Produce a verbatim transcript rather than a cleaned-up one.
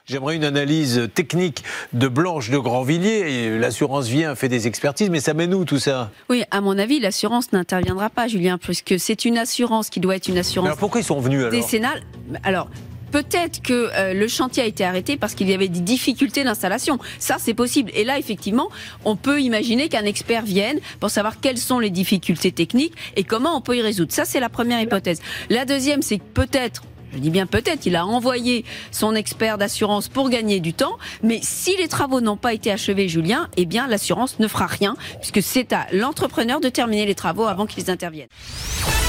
J'aimerais une analyse technique de Blanche de Grandvilliers. L'assurance vient, fait des expertises, mais ça mène où tout ça? Oui, à mon avis, l'assurance n'interviendra pas, Julien, puisque c'est une assurance qui doit être une assurance. Mais alors pourquoi ils sont venus alors décennale. Alors. Peut-être que euh, le chantier a été arrêté parce qu'il y avait des difficultés d'installation. Ça, c'est possible. Et là, effectivement, on peut imaginer qu'un expert vienne pour savoir quelles sont les difficultés techniques et comment on peut y résoudre. Ça, c'est la première hypothèse. La deuxième, c'est que peut-être... Je dis bien peut-être, il a envoyé son expert d'assurance pour gagner du temps, mais si les travaux n'ont pas été achevés, Julien, eh bien l'assurance ne fera rien, puisque c'est à l'entrepreneur de terminer les travaux avant qu'ils interviennent.